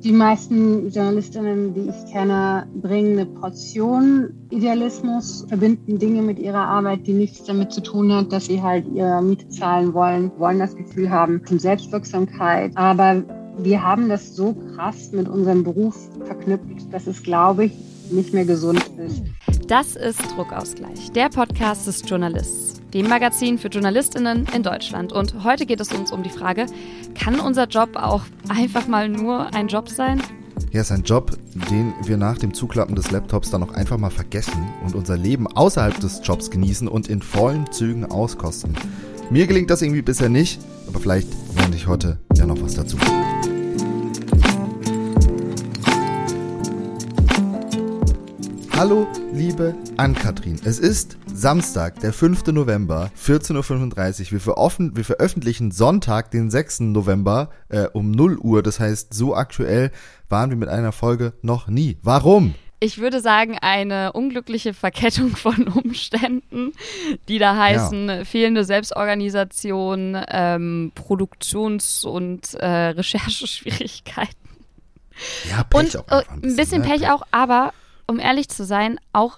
Die meisten Journalistinnen, die ich kenne, bringen eine Portion Idealismus, verbinden Dinge mit ihrer Arbeit, die nichts damit zu tun hat, dass sie halt ihre Miete zahlen wollen das Gefühl haben von Selbstwirksamkeit. Aber wir haben das so krass mit unserem Beruf verknüpft, dass es, glaube ich, nicht mehr gesund ist. Das ist Druckausgleich, der Podcast des Journalists, dem Magazin für JournalistInnen in Deutschland. Und heute geht es uns um die Frage, kann unser Job auch einfach mal nur ein Job sein? Ja, es ist ein Job, den wir nach dem Zuklappen des Laptops dann auch einfach mal vergessen und unser Leben außerhalb des Jobs genießen und in vollen Zügen auskosten. Mir gelingt das irgendwie bisher nicht, aber vielleicht lerne ich heute ja noch was dazu. Hallo, liebe Ann-Kathrin. Es ist Samstag, der 5. November, 14.35 Uhr. Wir veröffentlichen Sonntag, den 6. November um 0 Uhr. Das heißt, so aktuell waren wir mit einer Folge noch nie. Warum? Ich würde sagen, eine unglückliche Verkettung von Umständen, die da heißen, fehlende Selbstorganisation, Produktions- und Rechercheschwierigkeiten. Ja, Pech und auch einfach ein bisschen Pech auch, aber um ehrlich zu sein, auch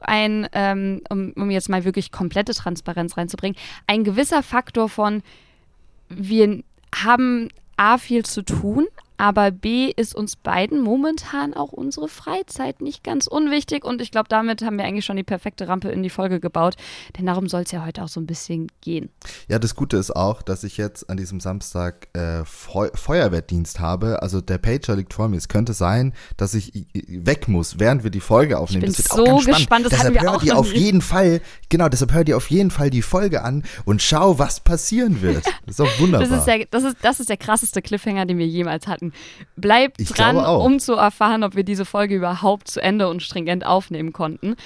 um jetzt mal wirklich komplette Transparenz reinzubringen, ein gewisser Faktor von, wir haben A, viel zu tun, aber B, ist uns beiden momentan auch unsere Freizeit nicht ganz unwichtig und ich glaube, damit haben wir eigentlich schon die perfekte Rampe in die Folge gebaut, denn darum soll es ja heute auch so ein bisschen gehen. Ja, das Gute ist auch, dass ich jetzt an diesem Samstag Feuerwehrdienst habe, also der Pager liegt vor mir. Es könnte sein, dass ich weg muss, während wir die Folge aufnehmen. Ich bin das so wird auch ganz gespannt, das deshalb hatten wir auch hört ihr noch auf nie. jeden Fall, genau, deshalb hört ihr auf jeden Fall die Folge an und schau, was passieren wird. Das ist doch wunderbar. Das ist der krasseste Cliffhanger, den wir jemals hatten. Bleibt Ich dran, glaube auch. um zu erfahren, ob wir diese Folge überhaupt zu Ende und stringent aufnehmen konnten.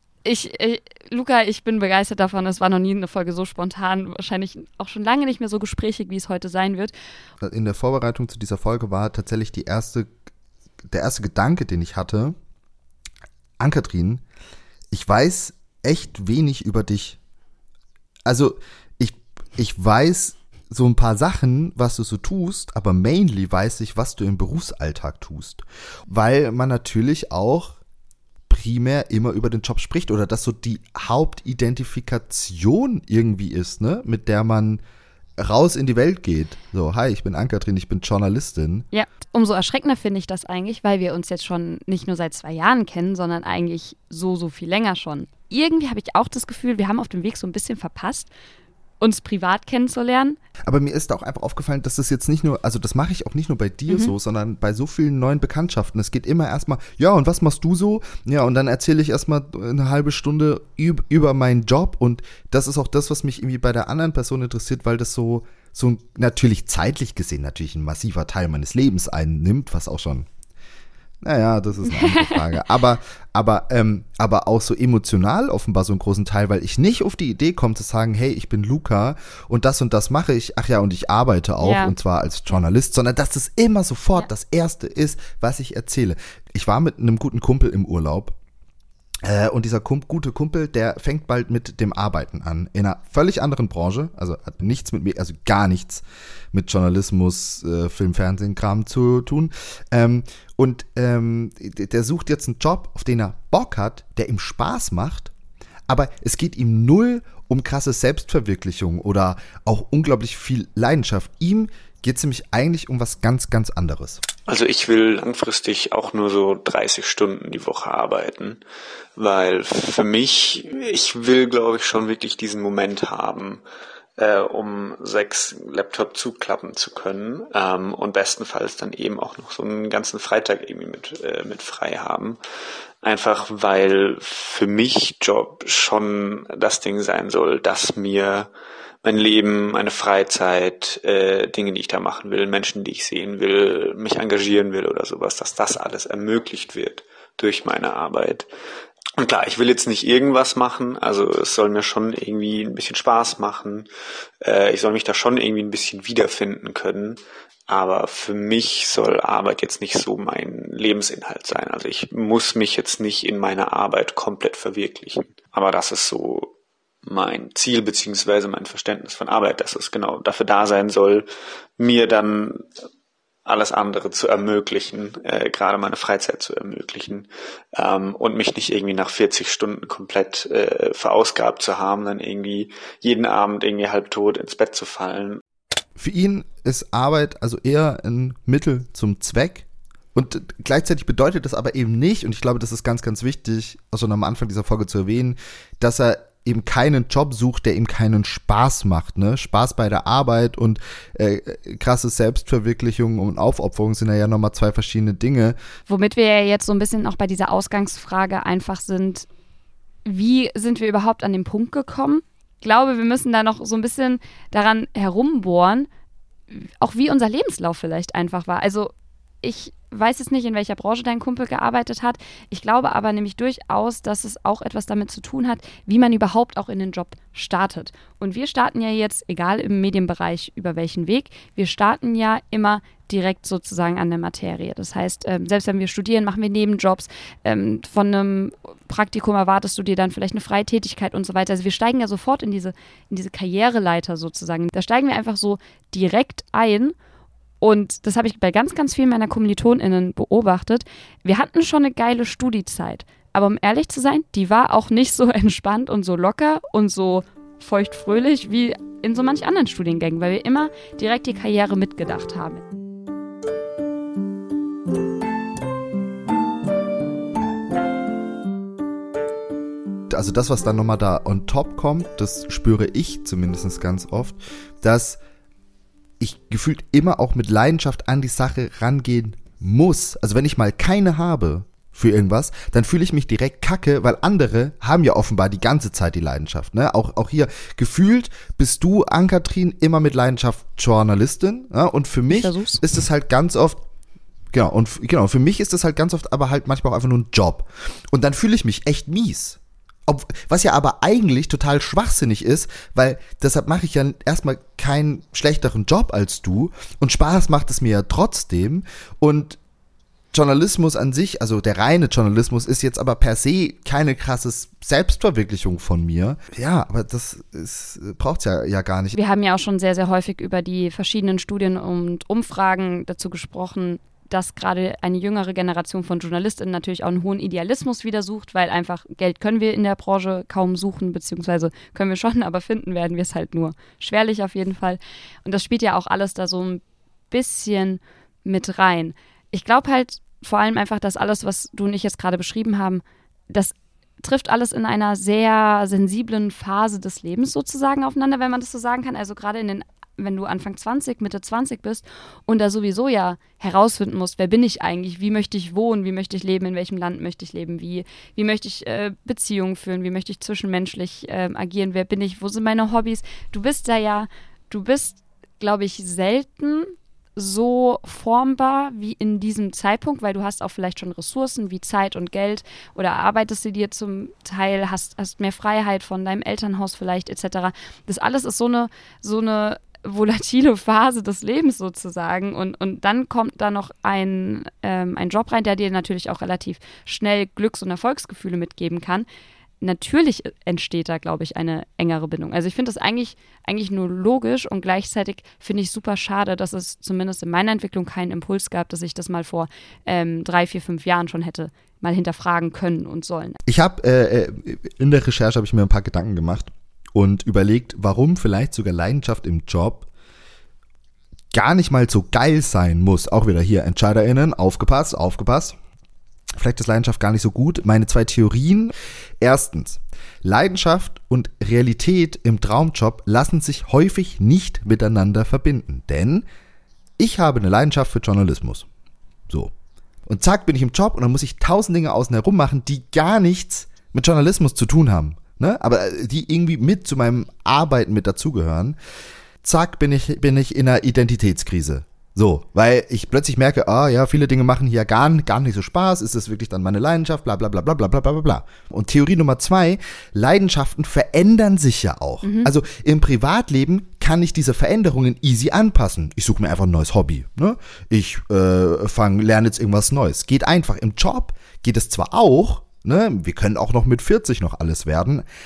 Luca, ich bin begeistert davon. Es war noch nie eine Folge so spontan, wahrscheinlich auch schon lange nicht mehr so gesprächig, wie es heute sein wird. In der Vorbereitung zu dieser Folge war tatsächlich der erste Gedanke, den ich hatte. Ann-Kathrin, ich weiß echt wenig über dich. Also, ich weiß so ein paar Sachen, was du so tust, aber mainly weiß ich, was du im Berufsalltag tust. Weil man natürlich auch primär immer über den Job spricht oder das so die Hauptidentifikation irgendwie ist, ne, mit der man raus in die Welt geht. So, hi, ich bin Ann-Kathrin, ich bin Journalistin. Ja, umso erschreckender finde ich das eigentlich, weil wir uns jetzt schon nicht nur seit 2 Jahren kennen, sondern eigentlich so viel länger schon. Irgendwie habe ich auch das Gefühl, wir haben auf dem Weg so ein bisschen verpasst, uns privat kennenzulernen. Aber mir ist auch einfach aufgefallen, dass das jetzt nicht nur, also das mache ich auch nicht nur bei dir so, sondern bei so vielen neuen Bekanntschaften. Es geht immer erstmal, ja, und was machst du so? Ja, und dann erzähle ich erstmal eine halbe Stunde über meinen Job und das ist auch das, was mich irgendwie bei der anderen Person interessiert, weil das so natürlich zeitlich gesehen natürlich ein massiver Teil meines Lebens einnimmt, was auch schon, naja, das ist eine andere Frage. Aber auch so emotional offenbar so einen großen Teil, weil ich nicht auf die Idee komme zu sagen, hey, ich bin Luca und das mache ich. Ach ja, und ich arbeite auch, Ja. und zwar als Journalist, sondern dass das immer sofort das Erste ist, was ich erzähle. Ich war mit einem guten Kumpel im Urlaub. Und dieser gute Kumpel, der fängt bald mit dem Arbeiten an, in einer völlig anderen Branche, also hat nichts mit mir, also gar nichts mit Journalismus, Film, Fernsehen, Kram zu tun. Der sucht jetzt einen Job, auf den er Bock hat, der ihm Spaß macht, aber es geht ihm null um krasse Selbstverwirklichung oder auch unglaublich viel Leidenschaft. Ihm geht es nämlich eigentlich um was ganz, ganz anderes. Also ich will langfristig auch nur so 30 Stunden die Woche arbeiten, weil für mich, ich will, glaube ich, schon wirklich diesen Moment haben, um 6 Laptop zuklappen zu können und bestenfalls dann eben auch noch so einen ganzen Freitag irgendwie mit frei haben. Einfach weil für mich Job schon das Ding sein soll, dass mir mein Leben, meine Freizeit, Dinge, die ich da machen will, Menschen, die ich sehen will, mich engagieren will oder sowas, dass das alles ermöglicht wird durch meine Arbeit. Und klar, ich will jetzt nicht irgendwas machen, also es soll mir schon irgendwie ein bisschen Spaß machen, ich soll mich da schon irgendwie ein bisschen wiederfinden können, aber für mich soll Arbeit jetzt nicht so mein Lebensinhalt sein. Also ich muss mich jetzt nicht in meiner Arbeit komplett verwirklichen, aber das ist so mein Ziel beziehungsweise mein Verständnis von Arbeit, dass es genau dafür da sein soll, mir dann alles andere zu ermöglichen, gerade meine Freizeit zu ermöglichen, und mich nicht irgendwie nach 40 Stunden komplett verausgabt zu haben, dann irgendwie jeden Abend irgendwie halbtot ins Bett zu fallen. Für ihn ist Arbeit also eher ein Mittel zum Zweck. Und gleichzeitig bedeutet das aber eben nicht, und ich glaube, das ist ganz, ganz wichtig, schon am Anfang dieser Folge zu erwähnen, dass er eben keinen Job sucht, der ihm keinen Spaß macht. Ne? Spaß bei der Arbeit und krasse Selbstverwirklichung und Aufopferung sind ja nochmal zwei verschiedene Dinge. Womit wir ja jetzt so ein bisschen auch bei dieser Ausgangsfrage einfach sind, wie sind wir überhaupt an den Punkt gekommen? Ich glaube, wir müssen da noch so ein bisschen daran herumbohren, auch wie unser Lebenslauf vielleicht einfach war. Also ich weiß jetzt nicht, in welcher Branche dein Kumpel gearbeitet hat. Ich glaube aber nämlich durchaus, dass es auch etwas damit zu tun hat, wie man überhaupt auch in den Job startet. Und wir starten ja jetzt, egal im Medienbereich über welchen Weg, wir starten ja immer direkt sozusagen an der Materie. Das heißt, selbst wenn wir studieren, machen wir Nebenjobs. Von einem Praktikum erwartest du dir dann vielleicht eine freie Tätigkeit und so weiter. Also wir steigen ja sofort in diese Karriereleiter sozusagen. Da steigen wir einfach so direkt ein. Und das habe ich bei ganz, ganz vielen meiner KommilitonInnen beobachtet. Wir hatten schon eine geile Studiezeit. Aber um ehrlich zu sein, die war auch nicht so entspannt und so locker und so feuchtfröhlich wie in so manch anderen Studiengängen, weil wir immer direkt die Karriere mitgedacht haben. Also das, was dann nochmal da on top kommt, das spüre ich zumindest ganz oft, dass ich gefühlt immer auch mit Leidenschaft an die Sache rangehen muss. Also wenn ich mal keine habe für irgendwas, dann fühle ich mich direkt kacke, weil andere haben ja offenbar die ganze Zeit die Leidenschaft. Ne? Auch hier gefühlt bist du, Ann-Kathrin, immer mit Leidenschaft Journalistin. Ja? Und für mich ist es halt ganz oft, für mich ist es halt ganz oft aber halt manchmal auch einfach nur ein Job. Und dann fühle ich mich echt mies. Was ja aber eigentlich total schwachsinnig ist, weil deshalb mache ich ja erstmal keinen schlechteren Job als du und Spaß macht es mir ja trotzdem und Journalismus an sich, also der reine Journalismus ist jetzt aber per se keine krasse Selbstverwirklichung von mir. Ja, aber das braucht's ja gar nicht. Wir haben ja auch schon sehr, sehr häufig über die verschiedenen Studien und Umfragen dazu gesprochen, dass gerade eine jüngere Generation von JournalistInnen natürlich auch einen hohen Idealismus wieder sucht, weil einfach Geld können wir in der Branche kaum suchen, beziehungsweise können wir schon, aber finden werden wir es halt nur schwerlich auf jeden Fall. Und das spielt ja auch alles da so ein bisschen mit rein. Ich glaube halt vor allem einfach, dass alles, was du und ich jetzt gerade beschrieben haben, das trifft alles in einer sehr sensiblen Phase des Lebens sozusagen aufeinander, wenn man das so sagen kann. Also gerade wenn du Anfang 20, Mitte 20 bist und da sowieso ja herausfinden musst, wer bin ich eigentlich, wie möchte ich wohnen, wie möchte ich leben, in welchem Land möchte ich leben, wie möchte ich Beziehungen führen, wie möchte ich zwischenmenschlich agieren, wer bin ich, wo sind meine Hobbys. Du bist, glaube ich, selten so formbar wie in diesem Zeitpunkt, weil du hast auch vielleicht schon Ressourcen wie Zeit und Geld oder arbeitest du dir zum Teil, hast mehr Freiheit von deinem Elternhaus vielleicht etc. Das alles ist so eine volatile Phase des Lebens sozusagen und dann kommt da noch ein Job rein, der dir natürlich auch relativ schnell Glücks- und Erfolgsgefühle mitgeben kann. Natürlich entsteht da, glaube ich, eine engere Bindung. Also ich finde das eigentlich nur logisch und gleichzeitig finde ich super schade, dass es zumindest in meiner Entwicklung keinen Impuls gab, dass ich das mal vor 3, 4, 5 Jahren schon hätte mal hinterfragen können und sollen. Ich habe in der Recherche habe ich mir ein paar Gedanken gemacht und überlegt, warum vielleicht sogar Leidenschaft im Job gar nicht mal so geil sein muss. Auch wieder hier EntscheiderInnen, aufgepasst. Vielleicht ist Leidenschaft gar nicht so gut. Meine 2 Theorien. Erstens, Leidenschaft und Realität im Traumjob lassen sich häufig nicht miteinander verbinden. Denn ich habe eine Leidenschaft für Journalismus. So. Und zack, bin ich im Job und dann muss ich 1000 Dinge außen herum machen, die gar nichts mit Journalismus zu tun haben. Ne? Aber die irgendwie mit zu meinem Arbeiten mit dazugehören. Zack, bin ich in einer Identitätskrise. So, weil ich plötzlich merke, viele Dinge machen hier gar nicht so Spaß, ist das wirklich dann meine Leidenschaft, bla bla bla bla bla bla bla bla. Und Theorie Nummer 2, Leidenschaften verändern sich ja auch. Also im Privatleben kann ich diese Veränderungen easy anpassen. Ich suche mir einfach ein neues Hobby. Ne? Ich lerne jetzt irgendwas Neues. Geht einfach. Im Job geht es zwar auch, ne? Wir können auch noch mit 40 noch alles werden,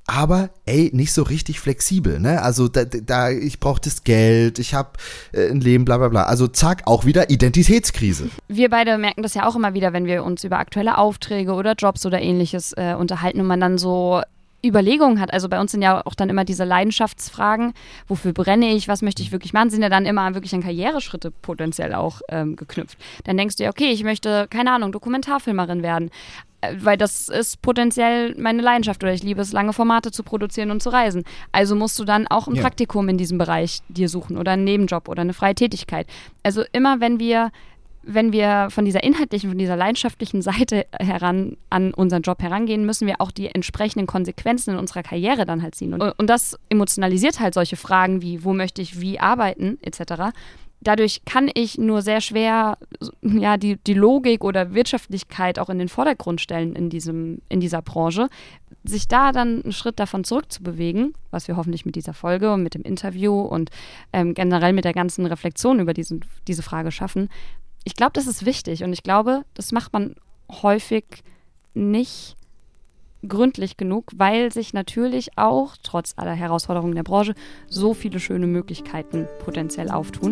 aber ey, nicht so richtig flexibel, ne? Also ich brauche das Geld, ich habe ein Leben, bla bla bla. Also zack, auch wieder Identitätskrise. Wir beide merken das ja auch immer wieder, wenn wir uns über aktuelle Aufträge oder Jobs oder ähnliches unterhalten und man dann so Überlegungen hat. Also bei uns sind ja auch dann immer diese Leidenschaftsfragen, wofür brenne ich, was möchte ich wirklich machen, sind ja dann immer wirklich an Karriereschritte potenziell auch geknüpft. Dann denkst du ja, okay, ich möchte, keine Ahnung, Dokumentarfilmerin werden, weil das ist potenziell meine Leidenschaft oder ich liebe es, lange Formate zu produzieren und zu reisen. Also musst du dann auch ein Praktikum in diesem Bereich dir suchen oder einen Nebenjob oder eine freie Tätigkeit. Also immer, wenn wir von dieser inhaltlichen, von dieser leidenschaftlichen Seite heran an unseren Job herangehen, müssen wir auch die entsprechenden Konsequenzen in unserer Karriere dann halt ziehen. Und das emotionalisiert halt solche Fragen wie, wo möchte ich wie arbeiten, etc. Dadurch kann ich nur sehr schwer die Logik oder Wirtschaftlichkeit auch in den Vordergrund stellen in dieser Branche. Sich da dann einen Schritt davon zurückzubewegen, was wir hoffentlich mit dieser Folge und mit dem Interview und generell mit der ganzen Reflexion über diese Frage schaffen, ich glaube, das ist wichtig und ich glaube, das macht man häufig nicht gründlich genug, weil sich natürlich auch, trotz aller Herausforderungen der Branche, so viele schöne Möglichkeiten potenziell auftun.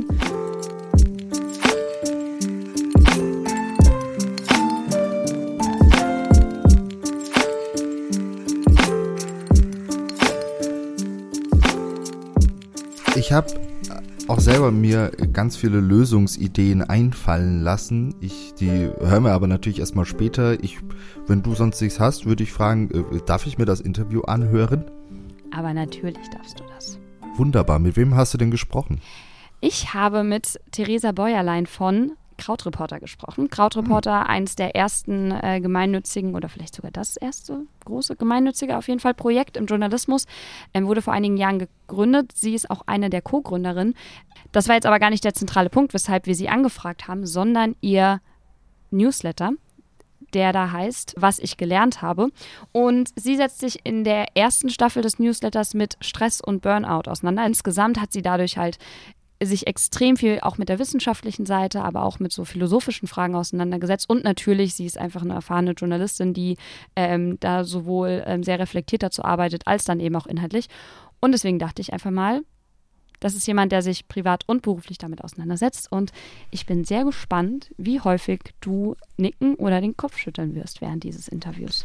Ich habe auch selber mir ganz viele Lösungsideen einfallen lassen. Die hören wir aber natürlich erstmal später. Wenn du sonst nichts hast, würde ich fragen, darf ich mir das Interview anhören? Aber natürlich darfst du das. Wunderbar. Mit wem hast du denn gesprochen? Ich habe mit Theresa Bäuerlein von Krautreporter gesprochen. Krautreporter, eines der ersten gemeinnützigen oder vielleicht sogar das erste große gemeinnützige auf jeden Fall Projekt im Journalismus, wurde vor einigen Jahren gegründet. Sie ist auch eine der Co-Gründerinnen. Das war jetzt aber gar nicht der zentrale Punkt, weshalb wir sie angefragt haben, sondern ihr Newsletter, der da heißt, was ich gelernt habe. Und sie setzt sich in der ersten Staffel des Newsletters mit Stress und Burnout auseinander. Insgesamt hat sie dadurch halt sich extrem viel auch mit der wissenschaftlichen Seite, aber auch mit so philosophischen Fragen auseinandergesetzt. Und natürlich, sie ist einfach eine erfahrene Journalistin, die da sowohl sehr reflektiert dazu arbeitet, als dann eben auch inhaltlich. Und deswegen dachte ich einfach mal, das ist jemand, der sich privat und beruflich damit auseinandersetzt. Und ich bin sehr gespannt, wie häufig du nicken oder den Kopf schütteln wirst während dieses Interviews.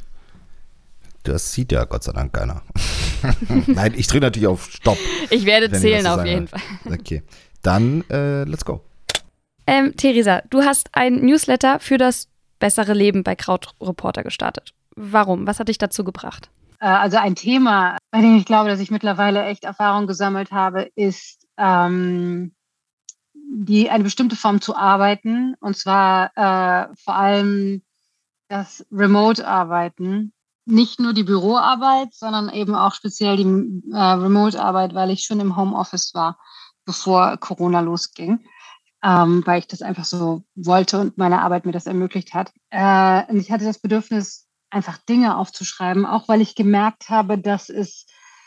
Das sieht ja Gott sei Dank keiner. Nein, ich drücke natürlich auf Stopp. Ich werde zählen auf jeden Fall. Okay, dann let's go. Theresa, du hast ein Newsletter für das bessere Leben bei Krautreporter gestartet. Warum? Was hat dich dazu gebracht? Also ein Thema, bei dem ich glaube, dass ich mittlerweile echt Erfahrung gesammelt habe, ist eine bestimmte Form zu arbeiten. Und zwar vor allem das Remote-Arbeiten. Nicht nur die Büroarbeit, sondern eben auch speziell die Remote-Arbeit, weil ich schon im Homeoffice war, bevor Corona losging, weil ich das einfach so wollte und meine Arbeit mir das ermöglicht hat. Und ich hatte das Bedürfnis, einfach Dinge aufzuschreiben, auch weil ich gemerkt habe, dass es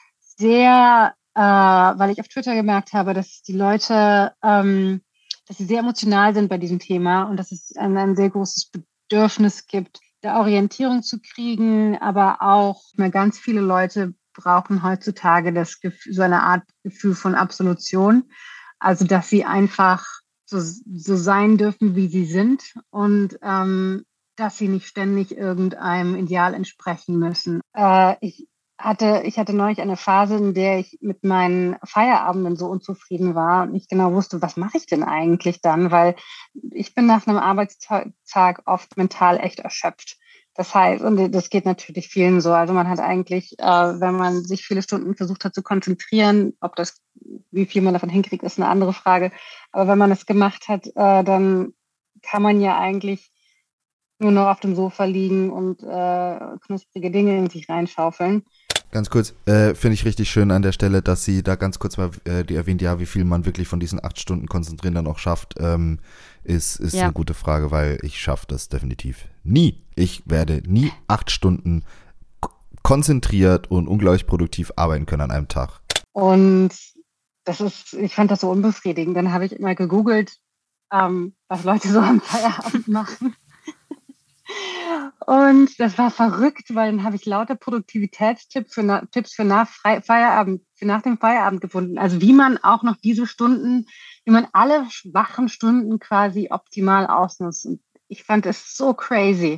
weil ich auf Twitter gemerkt habe, dass die Leute, dass sie sehr emotional sind bei diesem Thema und dass es ein sehr großes Bedürfnis gibt, da Orientierung zu kriegen, aber auch ganz viele Leute brauchen heutzutage so eine Art Gefühl von Absolution, also dass sie einfach so sein dürfen, wie sie sind und dass sie nicht ständig irgendeinem Ideal entsprechen müssen. Ich hatte neulich eine Phase, in der ich mit meinen Feierabenden so unzufrieden war und nicht genau wusste, was mache ich denn eigentlich dann, weil ich bin nach einem Arbeitstag oft mental echt erschöpft. Das heißt, und das geht natürlich vielen so, also man hat eigentlich, wenn man sich viele Stunden versucht hat zu konzentrieren, wie viel man davon hinkriegt, ist eine andere Frage, aber wenn man es gemacht hat, dann kann man ja eigentlich nur noch auf dem Sofa liegen und knusprige Dinge in sich reinschaufeln. Ganz kurz, finde ich richtig schön an der Stelle, dass sie da ganz kurz mal die erwähnt, ja, wie viel man wirklich von diesen 8 Stunden konzentrieren dann auch schafft, ist eine gute Frage, weil ich schaffe das definitiv nie. Ich werde nie 8 Stunden konzentriert und unglaublich produktiv arbeiten können an einem Tag. Und ich fand das so unbefriedigend. Dann habe ich immer gegoogelt, was Leute so am Feierabend machen. Und das war verrückt, weil dann habe ich lauter Produktivitätstipps Tipps für Feierabend, für nach dem Feierabend gefunden. Also wie man auch noch diese Stunden, wie man alle wachen Stunden quasi optimal ausnutzt. Und ich fand es so crazy.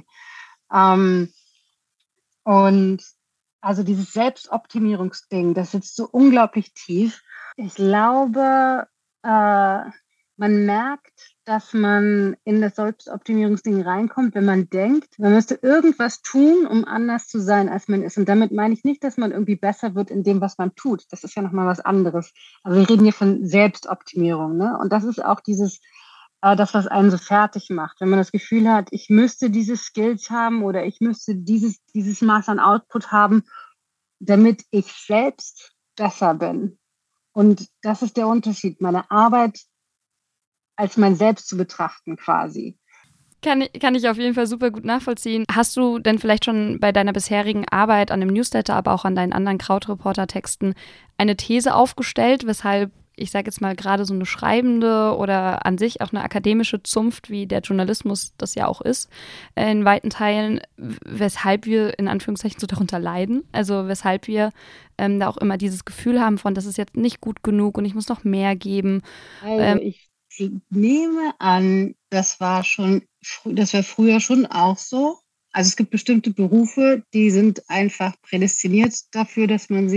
Und also dieses Selbstoptimierungsding, das sitzt so unglaublich tief. Ich glaube, man merkt, dass man in das Selbstoptimierungsding reinkommt, wenn man denkt, man müsste irgendwas tun, um anders zu sein, als man ist. Und damit meine ich nicht, dass man irgendwie besser wird in dem, was man tut. Das ist ja nochmal was anderes. Aber wir reden hier von Selbstoptimierung, ne? Und das ist auch das, was einen so fertig macht. Wenn man das Gefühl hat, ich müsste diese Skills haben oder ich müsste dieses Maß an Output haben, damit ich selbst besser bin. Und das ist der Unterschied, meine Arbeit als mein Selbst zu betrachten quasi. Kann ich auf jeden Fall super gut nachvollziehen. Hast du denn vielleicht schon bei deiner bisherigen Arbeit an dem Newsletter, aber auch an deinen anderen Krautreporter-Texten eine These aufgestellt, weshalb, ich sage jetzt mal, gerade so eine schreibende oder an sich auch eine akademische Zunft, wie der Journalismus das ja auch ist, in weiten Teilen, weshalb wir in Anführungszeichen so darunter leiden? Also weshalb wir da auch immer dieses Gefühl haben von, das ist jetzt nicht gut genug und ich muss noch mehr geben. Also ich nehme an, das war früher schon auch so. Also es gibt bestimmte Berufe, die sind einfach prädestiniert dafür, dass man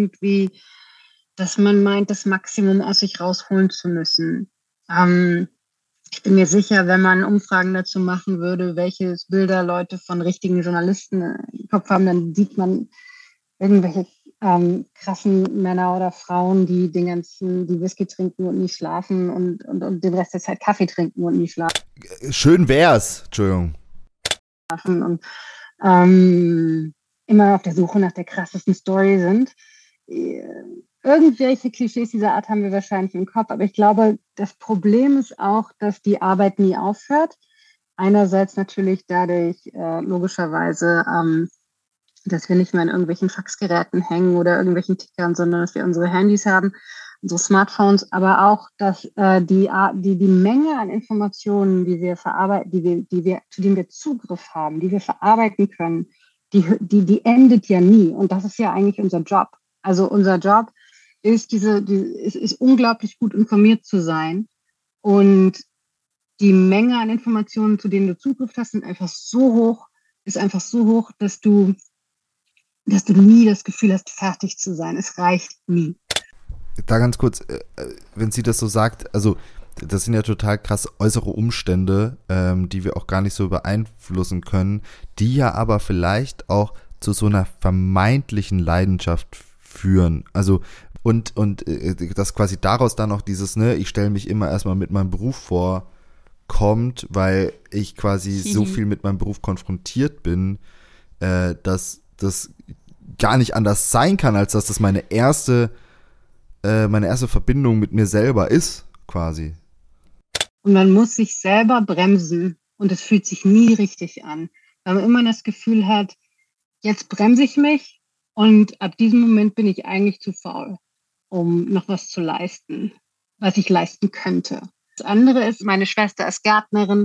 meint, das Maximum aus sich rausholen zu müssen. Ich bin mir sicher, wenn man Umfragen dazu machen würde, welche Bilder Leute von richtigen Journalisten im Kopf haben, dann sieht man irgendwelche krassen Männer oder Frauen, die Whisky trinken und nie schlafen und den Rest der Zeit Kaffee trinken und nie schlafen. Schön wär's, Entschuldigung. Und immer auf der Suche nach der krassesten Story sind. Irgendwelche Klischees dieser Art haben wir wahrscheinlich im Kopf, aber ich glaube, das Problem ist auch, dass die Arbeit nie aufhört. Einerseits natürlich dadurch logischerweise, dass wir nicht mehr an irgendwelchen Faxgeräten hängen oder irgendwelchen Tickern, sondern dass wir unsere Handys haben, unsere Smartphones, aber auch, dass die Menge an Informationen, die wir verarbeiten, zu denen wir Zugriff haben, die wir verarbeiten können, die endet ja nie. Und das ist ja eigentlich unser Job. Also unser Job ist ist unglaublich gut informiert zu sein. Und die Menge an Informationen, zu denen du Zugriff hast, ist einfach so hoch, dass du nie das Gefühl hast, fertig zu sein. Es reicht nie. Da ganz kurz, wenn sie das so sagt, also das sind ja total krass äußere Umstände, die wir auch gar nicht so beeinflussen können, die ja aber vielleicht auch zu so einer vermeintlichen Leidenschaft führen. Also und dass quasi daraus dann auch dieses, ne, ich stelle mich immer erstmal mit meinem Beruf vor, kommt, weil ich quasi so viel mit meinem Beruf konfrontiert bin, dass das gar nicht anders sein kann, als dass das meine erste Verbindung mit mir selber ist, quasi. Und man muss sich selber bremsen und es fühlt sich nie richtig an, weil man immer das Gefühl hat, jetzt bremse ich mich und ab diesem Moment bin ich eigentlich zu faul, um noch was zu leisten, was ich leisten könnte. Das andere ist, meine Schwester ist Gärtnerin,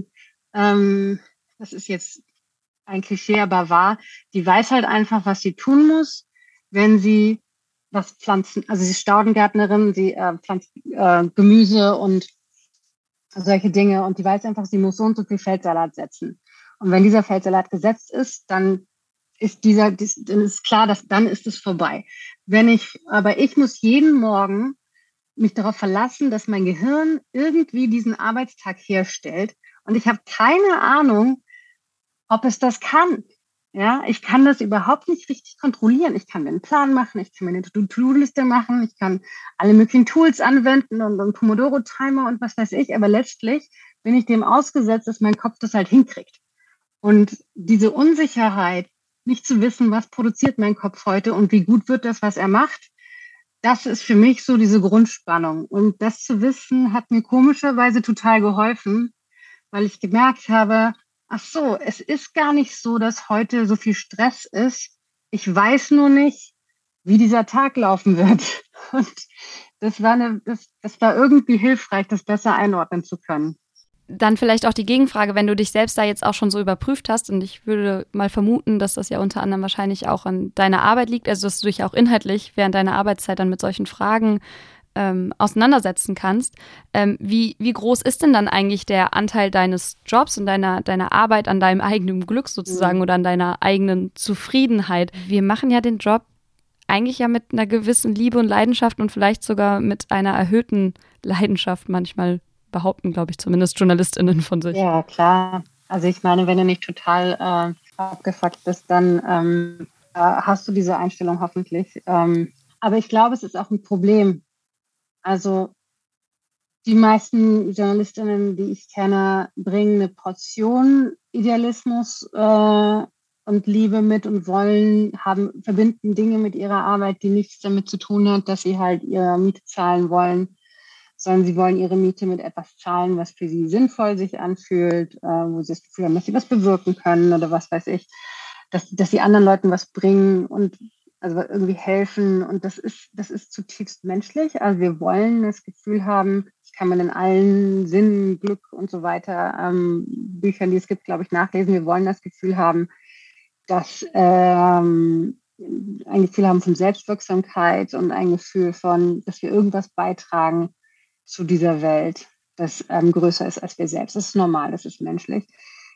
das ist jetzt ein Klischee, aber wahr, die weiß halt einfach, was sie tun muss, wenn sie was pflanzen. Also sie ist Staudengärtnerin, sie pflanzt Gemüse und solche Dinge und die weiß einfach, sie muss so und so viel Feldsalat setzen. Und wenn dieser Feldsalat gesetzt ist, dann ist klar, dass dann ist es vorbei. Aber ich muss jeden Morgen mich darauf verlassen, dass mein Gehirn irgendwie diesen Arbeitstag herstellt und ich habe keine Ahnung, ob es das kann. Ja, ich kann das überhaupt nicht richtig kontrollieren. Ich kann mir einen Plan machen, ich kann mir eine To-Do-Liste machen, ich kann alle möglichen Tools anwenden und einen Pomodoro-Timer und was weiß ich, aber letztlich bin ich dem ausgesetzt, dass mein Kopf das halt hinkriegt. Und diese Unsicherheit, nicht zu wissen, was produziert mein Kopf heute und wie gut wird das, was er macht, das ist für mich so diese Grundspannung. Und das zu wissen, hat mir komischerweise total geholfen, weil ich gemerkt habe, ach so, es ist gar nicht so, dass heute so viel Stress ist. Ich weiß nur nicht, wie dieser Tag laufen wird. Und das war irgendwie hilfreich, das besser einordnen zu können. Dann vielleicht auch die Gegenfrage, wenn du dich selbst da jetzt auch schon so überprüft hast, und ich würde mal vermuten, dass das ja unter anderem wahrscheinlich auch an deiner Arbeit liegt, also dass du dich auch inhaltlich während deiner Arbeitszeit dann mit solchen Fragen auseinandersetzen kannst. Wie groß ist denn dann eigentlich der Anteil deines Jobs und deiner Arbeit an deinem eigenen Glück sozusagen oder an deiner eigenen Zufriedenheit? Wir machen ja den Job eigentlich ja mit einer gewissen Liebe und Leidenschaft und vielleicht sogar mit einer erhöhten Leidenschaft manchmal, behaupten, glaube ich, zumindest JournalistInnen von sich. Ja, klar. Also ich meine, wenn du nicht total abgefuckt bist, dann hast du diese Einstellung hoffentlich. Aber ich glaube, es ist auch ein Problem. Also die meisten JournalistInnen, die ich kenne, bringen eine Portion Idealismus und Liebe mit und verbinden Dinge mit ihrer Arbeit, die nichts damit zu tun hat, dass sie halt ihre Miete zahlen wollen, sondern sie wollen ihre Miete mit etwas zahlen, was für sie sinnvoll sich anfühlt, wo sie das Gefühl haben, dass sie was bewirken können oder was weiß ich, dass sie anderen Leuten was bringen und also irgendwie helfen. Und das ist zutiefst menschlich. Also wir wollen das Gefühl haben, das kann man in allen Sinnen, Glück und so weiter, Büchern, die es gibt, glaube ich, nachlesen. Wir wollen das Gefühl haben, dass ein Gefühl haben von Selbstwirksamkeit und ein Gefühl von, dass wir irgendwas beitragen zu dieser Welt, das größer ist als wir selbst. Das ist normal, das ist menschlich.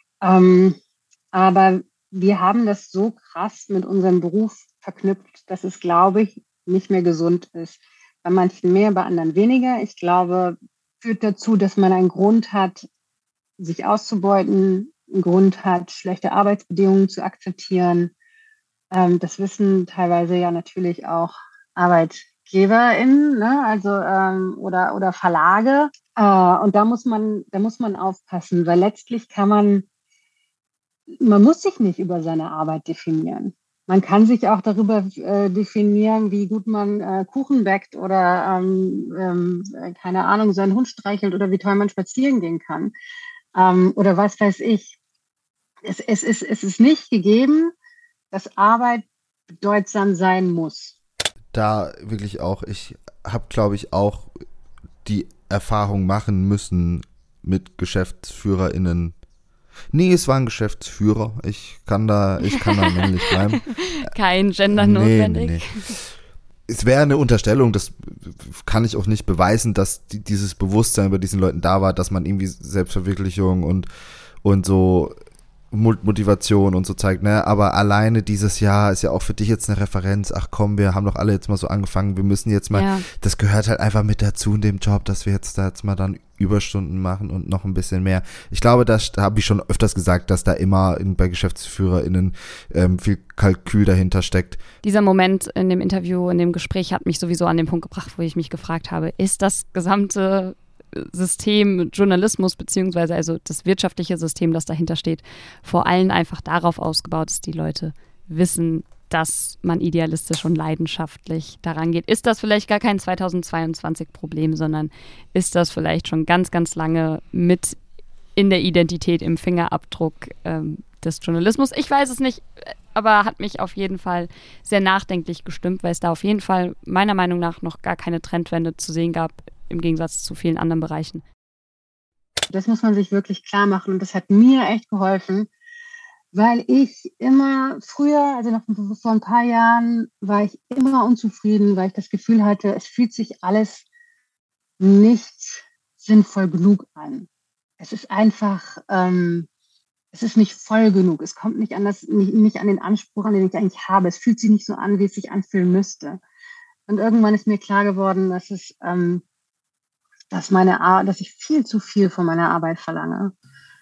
Aber wir haben das so krass mit unserem Beruf verknüpft, dass es, glaube ich, nicht mehr gesund ist. Bei manchen mehr, bei anderen weniger. Ich glaube, führt dazu, dass man einen Grund hat, sich auszubeuten, einen Grund hat, schlechte Arbeitsbedingungen zu akzeptieren. Das wissen teilweise ja natürlich auch ArbeitgeberInnen, ne? Also oder Verlage. Und da muss man aufpassen, weil letztlich man muss sich nicht über seine Arbeit definieren. Man kann sich auch darüber definieren, wie gut man Kuchen backt oder keine Ahnung, seinen Hund streichelt oder wie toll man spazieren gehen kann. Oder was weiß ich. Es ist nicht gegeben, dass Arbeit bedeutsam sein muss. Da wirklich auch, ich habe, glaube ich, auch die Erfahrung machen müssen mit GeschäftsführerInnen. Nee, es war ein Geschäftsführer. Ich kann da männlich bleiben. Kein Gender notwendig. Nee. Es wäre eine Unterstellung, das kann ich auch nicht beweisen, dass dieses Bewusstsein bei diesen Leuten da war, dass man irgendwie Selbstverwirklichung und so Motivation und so zeigt, ne, aber alleine dieses Jahr ist ja auch für dich jetzt eine Referenz, ach komm, wir haben doch alle jetzt mal so angefangen, wir müssen jetzt mal, das gehört halt einfach mit dazu in dem Job, dass wir jetzt da jetzt mal dann Überstunden machen und noch ein bisschen mehr. Ich glaube, da habe ich schon öfters gesagt, dass da immer bei GeschäftsführerInnen viel Kalkül dahinter steckt. Dieser Moment in dem Interview, in dem Gespräch hat mich sowieso an den Punkt gebracht, wo ich mich gefragt habe, ist das gesamte System Journalismus beziehungsweise also das wirtschaftliche System, das dahinter steht, vor allem einfach darauf ausgebaut, dass die Leute wissen, dass man idealistisch und leidenschaftlich daran geht. Ist das vielleicht gar kein 2022-Problem, sondern ist das vielleicht schon ganz, ganz lange mit in der Identität, im Fingerabdruck des Journalismus? Ich weiß es nicht, aber hat mich auf jeden Fall sehr nachdenklich gestimmt, weil es da auf jeden Fall meiner Meinung nach noch gar keine Trendwende zu sehen gab, im Gegensatz zu vielen anderen Bereichen. Das muss man sich wirklich klar machen und das hat mir echt geholfen, weil ich immer früher, also noch vor ein paar Jahren, war ich immer unzufrieden, weil ich das Gefühl hatte, es fühlt sich alles nicht sinnvoll genug an. Es ist einfach, es ist nicht voll genug. Es kommt nicht an den Anspruch an, den ich eigentlich habe. Es fühlt sich nicht so an, wie es sich anfühlen müsste. Und irgendwann ist mir klar geworden, dass ich viel zu viel von meiner Arbeit verlange.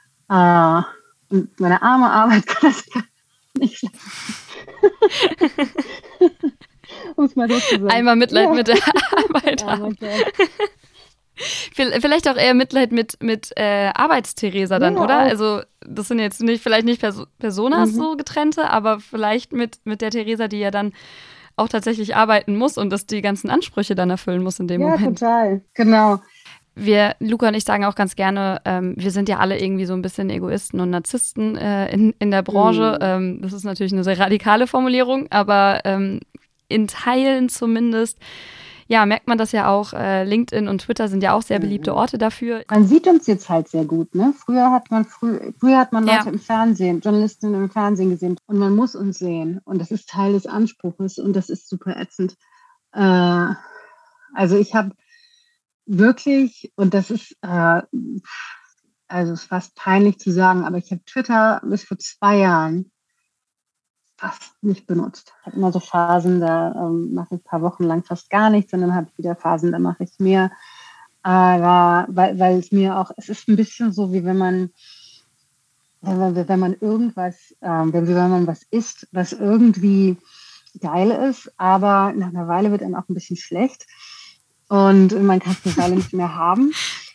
Und meine arme Arbeit kann das gar nicht leisten. Um es mal so zu sagen. Einmal Mitleid mit der Arbeit haben. Vielleicht auch eher Mitleid mit Arbeitstheresa dann, oder? Auch. Also das sind jetzt vielleicht nicht Personas so getrennte, aber vielleicht mit der Theresa, die ja dann auch tatsächlich arbeiten muss und das die ganzen Ansprüche dann erfüllen muss in dem Moment. Ja, total. Genau. Luca und ich sagen auch ganz gerne, wir sind ja alle irgendwie so ein bisschen Egoisten und Narzissten in der Branche. Das ist natürlich eine sehr radikale Formulierung, aber in Teilen zumindest, ja, merkt man das ja auch. LinkedIn und Twitter sind ja auch sehr beliebte Orte dafür. Man sieht uns jetzt halt sehr gut, ne? Früher hat man Leute im Fernsehen, Journalistinnen im Fernsehen gesehen und man muss uns sehen und das ist Teil des Anspruchs und das ist super ätzend. Also ich habe wirklich, und das ist also es ist fast peinlich zu sagen, aber ich habe Twitter bis vor 2 Jahren fast nicht benutzt. Ich habe immer so Phasen, da mache ich ein paar Wochen lang fast gar nichts und dann habe ich wieder Phasen, da mache ich mehr. Aber weil es mir auch, es ist ein bisschen so, wie wenn man irgendwas, wenn man was isst, was irgendwie geil ist, aber nach einer Weile wird einem auch ein bisschen schlecht und man kann es eine Weile nicht mehr haben.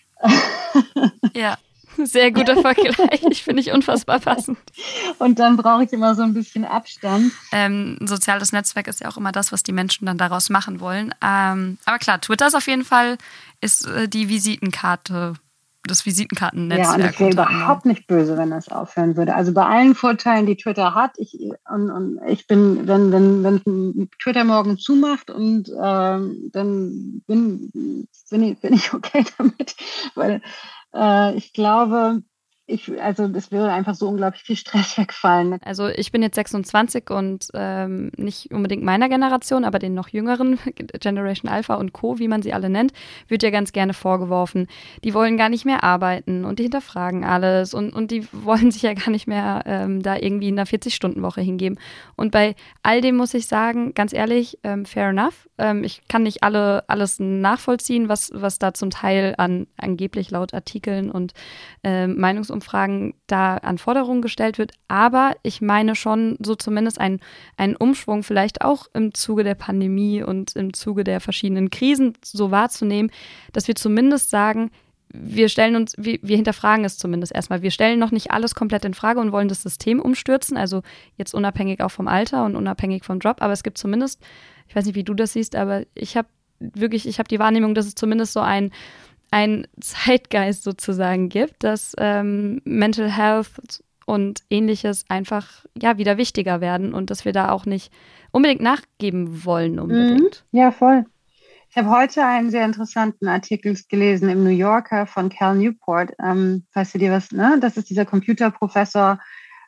Ja. Sehr guter Vergleich, finde ich unfassbar passend. Und dann brauche ich immer so ein bisschen Abstand. Ein soziales Netzwerk ist ja auch immer das, was die Menschen dann daraus machen wollen. Aber klar, Twitter ist auf jeden Fall die Visitenkarte, das Visitenkartennetzwerk. Ja, und ich wäre überhaupt nicht böse, wenn das aufhören würde. Also bei allen Vorteilen, die Twitter hat, ich bin, wenn Twitter morgen zumacht und dann bin ich okay damit, weil ich glaube, das würde einfach so unglaublich viel Stress wegfallen. Also ich bin jetzt 26 und nicht unbedingt meiner Generation, aber den noch jüngeren, Generation Alpha und Co., wie man sie alle nennt, wird ja ganz gerne vorgeworfen. Die wollen gar nicht mehr arbeiten und die hinterfragen alles und die wollen sich ja gar nicht mehr da irgendwie in einer 40-Stunden-Woche hingeben. Und bei all dem muss ich sagen, ganz ehrlich, fair enough. Ich kann nicht alles nachvollziehen, was da zum Teil angeblich laut Artikeln und Meinungsumfragen da an Forderungen gestellt wird. Aber ich meine schon, so zumindest einen Umschwung vielleicht auch im Zuge der Pandemie und im Zuge der verschiedenen Krisen so wahrzunehmen, dass wir zumindest sagen, wir hinterfragen es zumindest erstmal. Wir stellen noch nicht alles komplett in Frage und wollen das System umstürzen, also jetzt unabhängig auch vom Alter und unabhängig vom Job, aber es gibt zumindest, ich weiß nicht, wie du das siehst, aber ich habe die Wahrnehmung, dass es zumindest so ein Zeitgeist sozusagen gibt, dass Mental Health und Ähnliches einfach wieder wichtiger werden und dass wir da auch nicht unbedingt nachgeben wollen unbedingt. Ja, voll. Ich habe heute einen sehr interessanten Artikel gelesen im New Yorker von Cal Newport. Weißt du dir was, ne? Das ist dieser Computerprofessor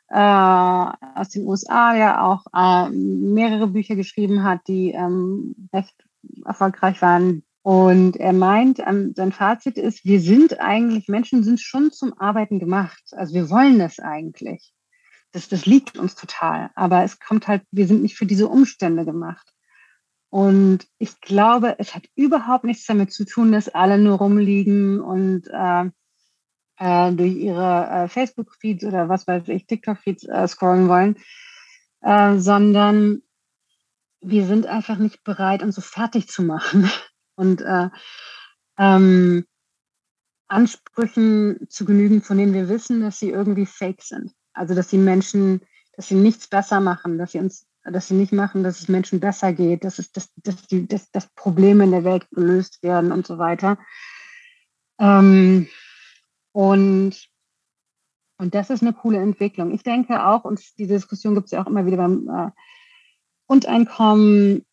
aus den USA, der auch mehrere Bücher geschrieben hat, die recht erfolgreich waren. Und er meint, sein Fazit ist, Menschen sind schon zum Arbeiten gemacht. Also wir wollen das eigentlich. Das liegt uns total. Aber es kommt halt, wir sind nicht für diese Umstände gemacht. Und ich glaube, es hat überhaupt nichts damit zu tun, dass alle nur rumliegen und durch ihre Facebook-Feeds oder was weiß ich, TikTok-Feeds scrollen wollen, sondern wir sind einfach nicht bereit, uns so fertig zu machen und Ansprüchen zu genügen, von denen wir wissen, dass sie irgendwie fake sind. Also dass die Menschen, dass sie nichts besser machen, dass sie nicht machen, dass es Menschen besser geht, dass Probleme in der Welt gelöst werden und so weiter. Und das ist eine coole Entwicklung. Ich denke auch, und diese Diskussion gibt es ja auch immer wieder beim Grundeinkommen,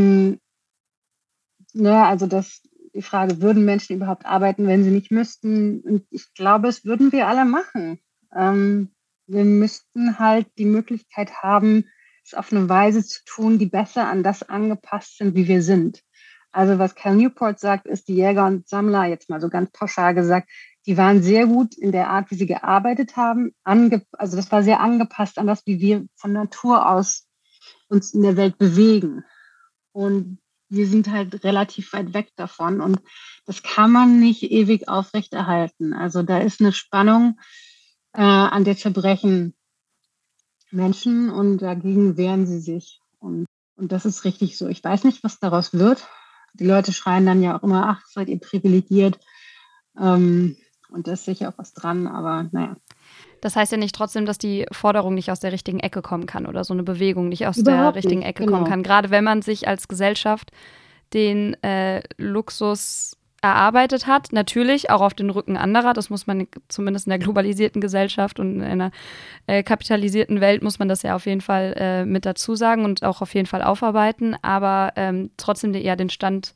also die Frage, würden Menschen überhaupt arbeiten, wenn sie nicht müssten? Und ich glaube, es würden wir alle machen. Wir müssten halt die Möglichkeit haben, es auf eine Weise zu tun, die besser an das angepasst sind, wie wir sind. Also was Cal Newport sagt, ist, die Jäger und Sammler, jetzt mal so ganz pauschal gesagt, die waren sehr gut in der Art, wie sie gearbeitet haben. Also das war sehr angepasst an das, wie wir von Natur aus uns in der Welt bewegen. Und wir sind halt relativ weit weg davon. Und das kann man nicht ewig aufrechterhalten. Also da ist eine Spannung, an der zerbrechen Menschen und dagegen wehren sie sich. Und das ist richtig so. Ich weiß nicht, was daraus wird. Die Leute schreien dann ja auch immer, ach, seid ihr privilegiert. Und da ist sicher auch was dran, aber naja. Das heißt ja nicht trotzdem, dass die Forderung nicht aus der richtigen Ecke kommen kann oder so eine Bewegung nicht aus Überhaupt der richtigen nicht, Ecke genau. kommen kann. Gerade wenn man sich als Gesellschaft den Luxus erarbeitet hat, natürlich auch auf den Rücken anderer, das muss man zumindest in der globalisierten Gesellschaft und in einer kapitalisierten Welt muss man das ja auf jeden Fall mit dazu sagen und auch auf jeden Fall aufarbeiten, aber trotzdem eher den Stand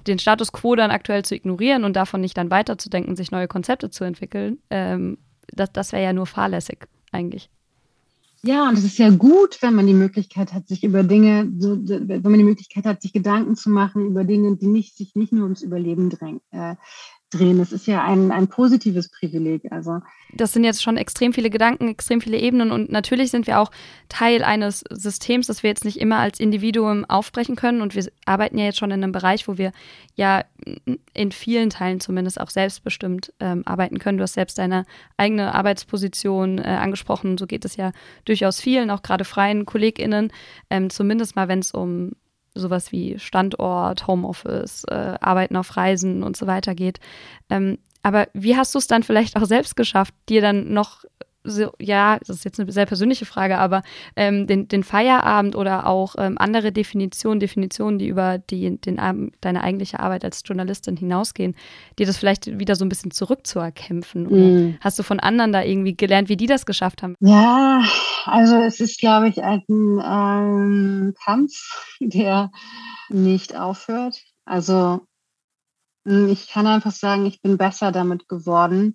den Status quo dann aktuell zu ignorieren und davon nicht dann weiterzudenken, sich neue Konzepte zu entwickeln, das wäre ja nur fahrlässig eigentlich. Ja, und es ist ja gut, wenn man die Möglichkeit hat, sich über Dinge, wenn man die Möglichkeit hat, sich Gedanken zu machen über Dinge, die sich nicht nur ums Überleben drehen. Das ist ja ein positives Privileg. Also das sind jetzt schon extrem viele Gedanken, extrem viele Ebenen und natürlich sind wir auch Teil eines Systems, das wir jetzt nicht immer als Individuum aufbrechen können und wir arbeiten ja jetzt schon in einem Bereich, wo wir ja in vielen Teilen zumindest auch selbstbestimmt arbeiten können. Du hast selbst deine eigene Arbeitsposition angesprochen, so geht es ja durchaus vielen, auch gerade freien KollegInnen, zumindest mal, wenn es um sowas wie Standort, Homeoffice, Arbeiten auf Reisen und so weiter geht. Aber wie hast du es dann vielleicht auch selbst geschafft, dir dann noch, so, ja, das ist jetzt eine sehr persönliche Frage, aber den Feierabend oder auch andere Definitionen, die über deine eigentliche Arbeit als Journalistin hinausgehen, dir das vielleicht wieder so ein bisschen zurückzuerkämpfen? Oder hast du von anderen da irgendwie gelernt, wie die das geschafft haben? Ja, also es ist, glaube ich, ein Kampf, der nicht aufhört. Also ich kann einfach sagen, ich bin besser damit geworden.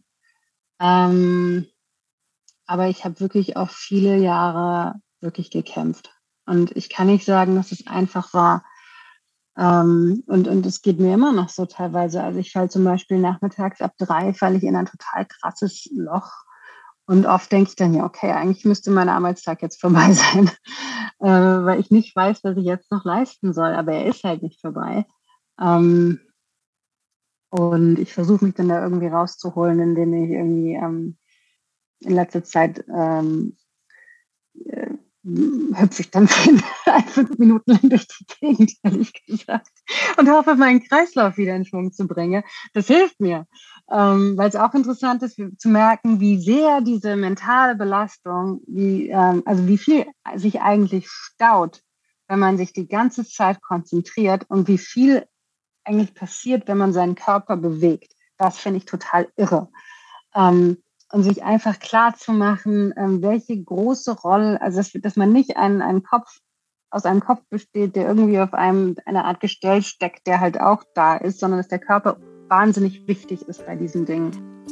Aber ich habe wirklich auch viele Jahre wirklich gekämpft. Und ich kann nicht sagen, dass es einfach war. Und es geht mir immer noch so teilweise. Also ich falle zum Beispiel nachmittags ab 3, falle ich in ein total krasses Loch. Und oft denke ich dann, ja, okay, eigentlich müsste mein Arbeitstag jetzt vorbei sein, weil ich nicht weiß, was ich jetzt noch leisten soll. Aber er ist halt nicht vorbei. Und ich versuche mich dann da irgendwie rauszuholen, indem ich irgendwie in letzter Zeit hüpfe ich dann 5 Minuten lang durch die Gegend, ehrlich gesagt, und hoffe, meinen Kreislauf wieder in Schwung zu bringen. Das hilft mir, weil es auch interessant ist, zu merken, wie sehr diese mentale Belastung, wie viel sich eigentlich staut, wenn man sich die ganze Zeit konzentriert und wie viel eigentlich passiert, wenn man seinen Körper bewegt. Das finde ich total irre. Und sich einfach klar zu machen, welche große Rolle, also dass man nicht aus einem Kopf besteht, der irgendwie auf eine Art Gestell steckt, der halt auch da ist, sondern dass der Körper wahnsinnig wichtig ist bei diesen Dingen.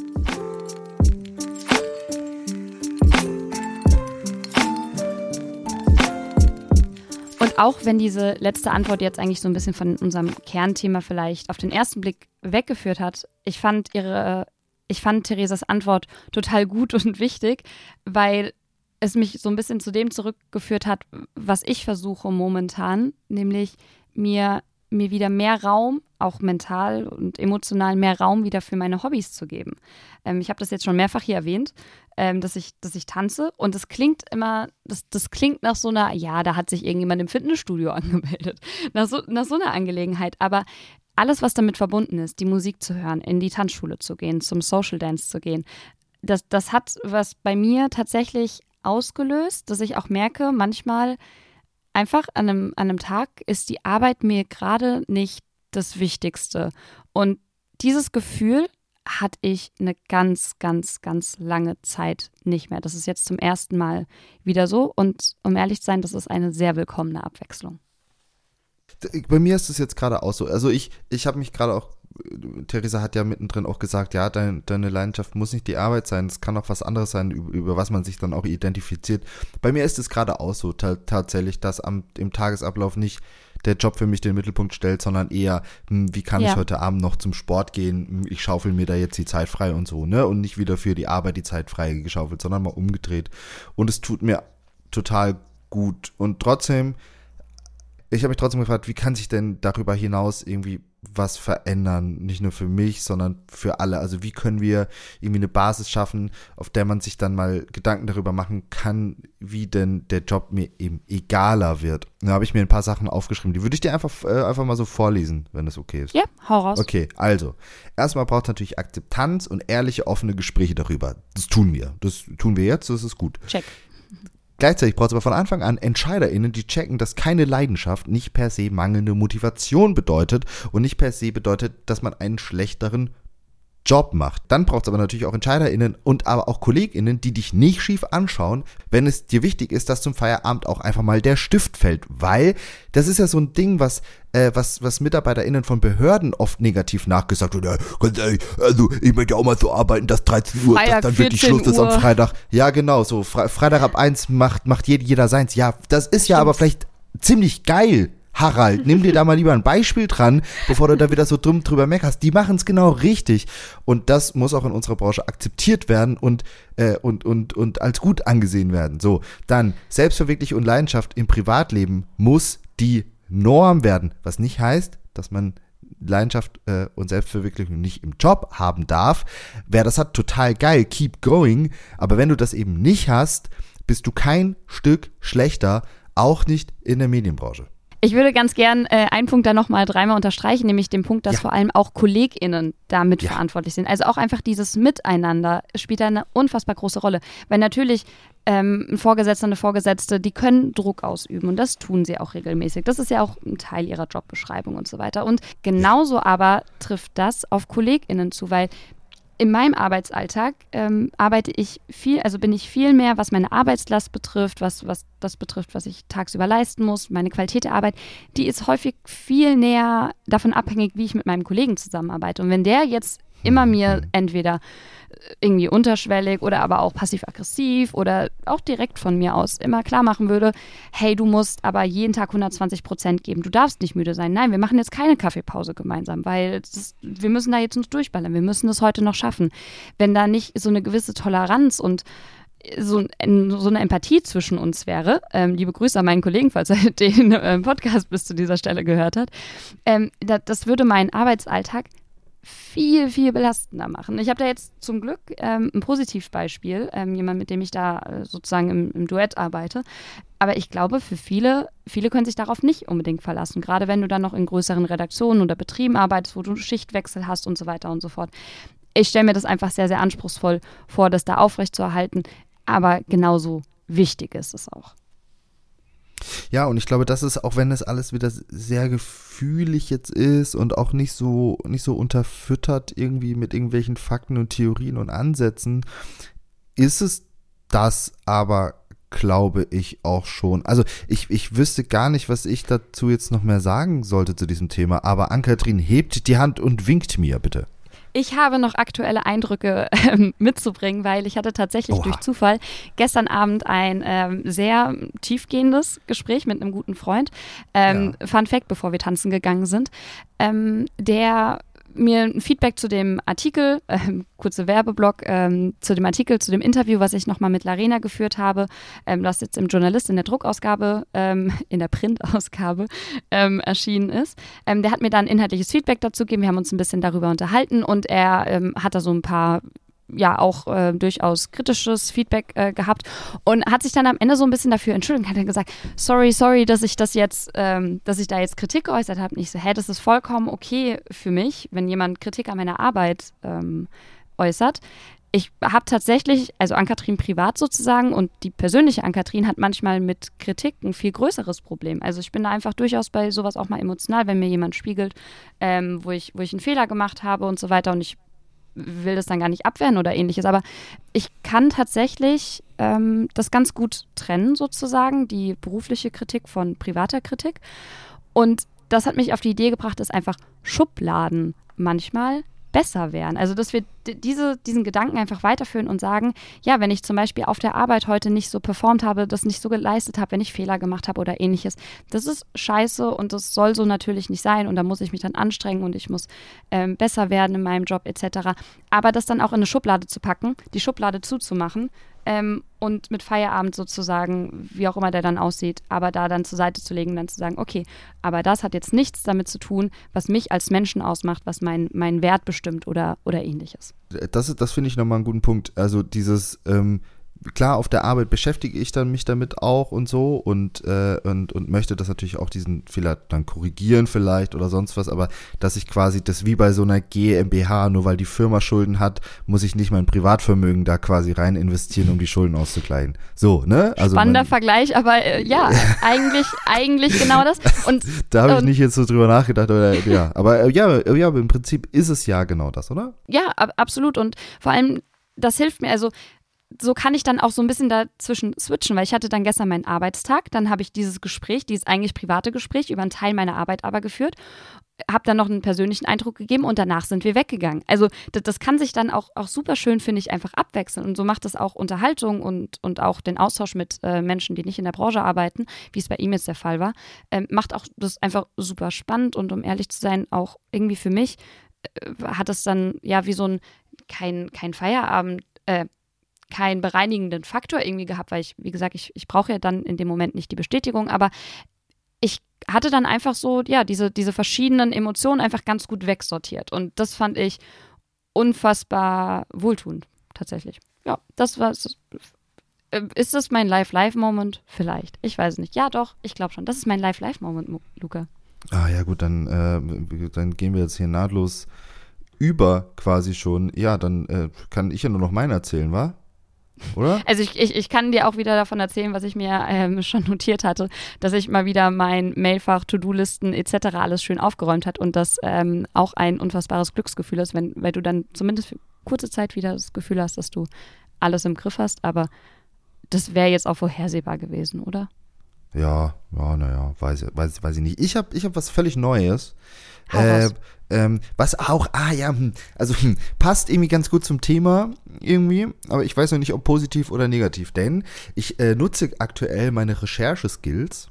Und auch wenn diese letzte Antwort jetzt eigentlich so ein bisschen von unserem Kernthema vielleicht auf den ersten Blick weggeführt hat, ich fand Theresas Antwort total gut und wichtig, weil es mich so ein bisschen zu dem zurückgeführt hat, was ich versuche momentan, nämlich mir wieder mehr Raum, auch mental und emotional mehr Raum wieder für meine Hobbys zu geben. Ich habe das jetzt schon mehrfach hier erwähnt, dass ich tanze und das klingt immer, das klingt nach so einer, ja, da hat sich irgendjemand im Fitnessstudio angemeldet, nach so einer Angelegenheit, aber alles, was damit verbunden ist, die Musik zu hören, in die Tanzschule zu gehen, zum Social Dance zu gehen, das hat was bei mir tatsächlich ausgelöst, dass ich auch merke, manchmal einfach an einem Tag ist die Arbeit mir gerade nicht das Wichtigste. Und dieses Gefühl hatte ich eine ganz, ganz, ganz lange Zeit nicht mehr. Das ist jetzt zum ersten Mal wieder so. Und um ehrlich zu sein, das ist eine sehr willkommene Abwechslung. Bei mir ist es jetzt gerade auch so. Also ich habe mich gerade auch, Theresa hat ja mittendrin auch gesagt, ja, deine Leidenschaft muss nicht die Arbeit sein, es kann auch was anderes sein, über was man sich dann auch identifiziert. Bei mir ist es gerade auch so tatsächlich, dass im Tagesablauf nicht der Job für mich den Mittelpunkt stellt, sondern eher, wie kann ich heute Abend noch zum Sport gehen, ich schaufel mir da jetzt die Zeit frei und so, ne? Und nicht wieder für die Arbeit die Zeit frei geschaufelt, sondern mal umgedreht. Und es tut mir total gut. Und trotzdem, ich habe mich trotzdem gefragt, wie kann sich denn darüber hinaus irgendwie was verändern? Nicht nur für mich, sondern für alle. Also wie können wir irgendwie eine Basis schaffen, auf der man sich dann mal Gedanken darüber machen kann, wie denn der Job mir eben egaler wird. Da habe ich mir ein paar Sachen aufgeschrieben. Die würde ich dir einfach mal so vorlesen, wenn das okay ist. Ja, hau raus. Okay, also, erstmal braucht es natürlich Akzeptanz und ehrliche, offene Gespräche darüber. Das tun wir. Das tun wir jetzt, das ist gut. Check. Gleichzeitig braucht es aber von Anfang an EntscheiderInnen, die checken, dass keine Leidenschaft nicht per se mangelnde Motivation bedeutet und nicht per se bedeutet, dass man einen schlechteren Job macht. Dann braucht es aber natürlich auch EntscheiderInnen und aber auch KollegInnen, die dich nicht schief anschauen, wenn es dir wichtig ist, dass zum Feierabend auch einfach mal der Stift fällt. Weil das ist ja so ein Ding, was MitarbeiterInnen von Behörden oft negativ nachgesagt wird. Ja, ganz ehrlich, also ich möchte auch mal so arbeiten, dass 13 Uhr, dass dann wirklich Schluss ist am Freitag. Ja, genau, so Freitag ab 1 macht jeder seins. Ja, das ist ja aber vielleicht ziemlich geil. Harald, nimm dir da mal lieber ein Beispiel dran, bevor du da wieder so dumm drüber meckerst. Die machen es genau richtig. Und das muss auch in unserer Branche akzeptiert werden und als gut angesehen werden. So, dann Selbstverwirklichung und Leidenschaft im Privatleben muss die Norm werden. Was nicht heißt, dass man Leidenschaft und Selbstverwirklichung nicht im Job haben darf. Wer das hat, total geil, keep going. Aber wenn du das eben nicht hast, bist du kein Stück schlechter, auch nicht in der Medienbranche. Ich würde ganz gern einen Punkt da nochmal dreimal unterstreichen, nämlich den Punkt, dass vor allem auch KollegInnen da mitverantwortlich sind. Also auch einfach dieses Miteinander spielt da eine unfassbar große Rolle. Weil natürlich ein Vorgesetzter, eine Vorgesetzte, die können Druck ausüben und das tun sie auch regelmäßig. Das ist ja auch ein Teil ihrer Jobbeschreibung und so weiter. Und genauso aber trifft das auf KollegInnen zu, weil in meinem Arbeitsalltag arbeite ich viel, also bin ich viel mehr, was meine Arbeitslast betrifft, was das betrifft, was ich tagsüber leisten muss, meine Qualität der Arbeit, die ist häufig viel näher davon abhängig, wie ich mit meinem Kollegen zusammenarbeite. Und wenn der jetzt immer mir entweder irgendwie unterschwellig oder aber auch passiv-aggressiv oder auch direkt von mir aus immer klar machen würde, hey, du musst aber jeden Tag 120% geben, du darfst nicht müde sein. Nein, wir machen jetzt keine Kaffeepause gemeinsam, weil wir müssen da jetzt uns durchballern, wir müssen das heute noch schaffen. Wenn da nicht so eine gewisse Toleranz und so eine Empathie zwischen uns wäre, liebe Grüße an meinen Kollegen, falls er den Podcast bis zu dieser Stelle gehört hat, das würde meinen Arbeitsalltag viel, viel belastender machen. Ich habe da jetzt zum Glück ein Positivbeispiel, jemand, mit dem ich da sozusagen im Duett arbeite. Aber ich glaube, für viele können sich darauf nicht unbedingt verlassen. Gerade wenn du dann noch in größeren Redaktionen oder Betrieben arbeitest, wo du Schichtwechsel hast und so weiter und so fort. Ich stelle mir das einfach sehr, sehr anspruchsvoll vor, das da aufrechtzuerhalten. Aber genauso wichtig ist es auch. Ja, und ich glaube, das ist, auch wenn das alles wieder sehr gefühlig jetzt ist und auch nicht so unterfüttert irgendwie mit irgendwelchen Fakten und Theorien und Ansätzen, ist es das aber, glaube ich, auch schon. Also ich wüsste gar nicht, was ich dazu jetzt noch mehr sagen sollte zu diesem Thema, aber Ann-Kathrin hebt die Hand und winkt mir, bitte. Ich habe noch aktuelle Eindrücke mitzubringen, weil ich hatte tatsächlich durch Zufall gestern Abend ein sehr tiefgehendes Gespräch mit einem guten Freund. Fun Fact, bevor wir tanzen gegangen sind, der mir ein Feedback zu dem Artikel, kurze Werbeblock, zu dem Artikel, zu dem Interview, was ich nochmal mit Larena geführt habe, das jetzt im Journalist in der Druckausgabe, in der Printausgabe erschienen ist. Der hat mir dann inhaltliches Feedback dazu gegeben, wir haben uns ein bisschen darüber unterhalten und er hat da so ein paar auch durchaus kritisches Feedback gehabt und hat sich dann am Ende so ein bisschen dafür entschuldigt, hat dann gesagt, sorry, dass ich da jetzt Kritik geäußert habe. Nicht so, das ist vollkommen okay für mich, wenn jemand Kritik an meiner Arbeit äußert. Ich habe tatsächlich, also Ann-Kathrin privat sozusagen und die persönliche Ann-Kathrin hat manchmal mit Kritik ein viel größeres Problem. Also ich bin da einfach durchaus bei sowas auch mal emotional, wenn mir jemand spiegelt, wo ich einen Fehler gemacht habe und so weiter und ich will das dann gar nicht abwehren oder ähnliches, aber ich kann tatsächlich das ganz gut trennen sozusagen, die berufliche Kritik von privater Kritik und das hat mich auf die Idee gebracht, dass einfach Schubladen manchmal besser wären. Also dass wir diesen Gedanken einfach weiterführen und sagen, ja, wenn ich zum Beispiel auf der Arbeit heute nicht so performt habe, das nicht so geleistet habe, wenn ich Fehler gemacht habe oder ähnliches, das ist scheiße und das soll so natürlich nicht sein und da muss ich mich dann anstrengen und ich muss besser werden in meinem Job etc. Aber das dann auch in eine Schublade zu packen, die Schublade zuzumachen und mit Feierabend sozusagen, wie auch immer der dann aussieht, aber da dann zur Seite zu legen und dann zu sagen, okay, aber das hat jetzt nichts damit zu tun, was mich als Menschen ausmacht, was mein Wert bestimmt oder ähnliches. Das finde ich nochmal einen guten Punkt. Also dieses, klar, auf der Arbeit beschäftige ich dann mich damit auch und so und möchte das natürlich auch diesen Fehler dann korrigieren vielleicht oder sonst was, aber dass ich quasi das wie bei so einer GmbH, nur weil die Firma Schulden hat, muss ich nicht mein Privatvermögen da quasi rein investieren, um die Schulden auszugleichen. So, ne? Also spannender Vergleich, aber ja, eigentlich genau das. Und da habe ich nicht jetzt so drüber nachgedacht, oder ja, aber im Prinzip ist es ja genau das, oder? Ja, absolut und vor allem, das hilft mir, also so kann ich dann auch so ein bisschen dazwischen switchen, weil ich hatte dann gestern meinen Arbeitstag, dann habe ich dieses eigentlich private Gespräch über einen Teil meiner Arbeit aber geführt, habe dann noch einen persönlichen Eindruck gegeben und danach sind wir weggegangen. Also das kann sich dann auch super schön, finde ich, einfach abwechseln und so macht es auch Unterhaltung und auch den Austausch mit Menschen, die nicht in der Branche arbeiten, wie es bei ihm jetzt der Fall war, macht auch das einfach super spannend und um ehrlich zu sein, auch irgendwie für mich hat es dann ja wie so kein Feierabend, keinen bereinigenden Faktor irgendwie gehabt, weil wie gesagt, ich brauche ja dann in dem Moment nicht die Bestätigung, aber ich hatte dann einfach so, ja, diese verschiedenen Emotionen einfach ganz gut wegsortiert und das fand ich unfassbar wohltuend, tatsächlich. Ja, das war es. Ist das mein Live-Moment? Vielleicht. Ich weiß nicht. Ja, doch, ich glaube schon. Das ist mein Live-Moment, Luca. Ah ja, gut, dann gehen wir jetzt hier nahtlos über quasi schon. Ja, dann kann ich ja nur noch meinen erzählen, wa? Oder? Also ich kann dir auch wieder davon erzählen, was ich mir schon notiert hatte, dass ich mal wieder mein Mailfach, To-Do-Listen etc. alles schön aufgeräumt hat und das auch ein unfassbares Glücksgefühl ist, weil du dann zumindest für kurze Zeit wieder das Gefühl hast, dass du alles im Griff hast, aber das wäre jetzt auch vorhersehbar gewesen, oder? Ja, naja, weiß ich nicht. Ich hab was völlig Neues. Was auch, passt irgendwie ganz gut zum Thema irgendwie, aber ich weiß noch nicht, ob positiv oder negativ, denn ich nutze aktuell meine Rechercheskills,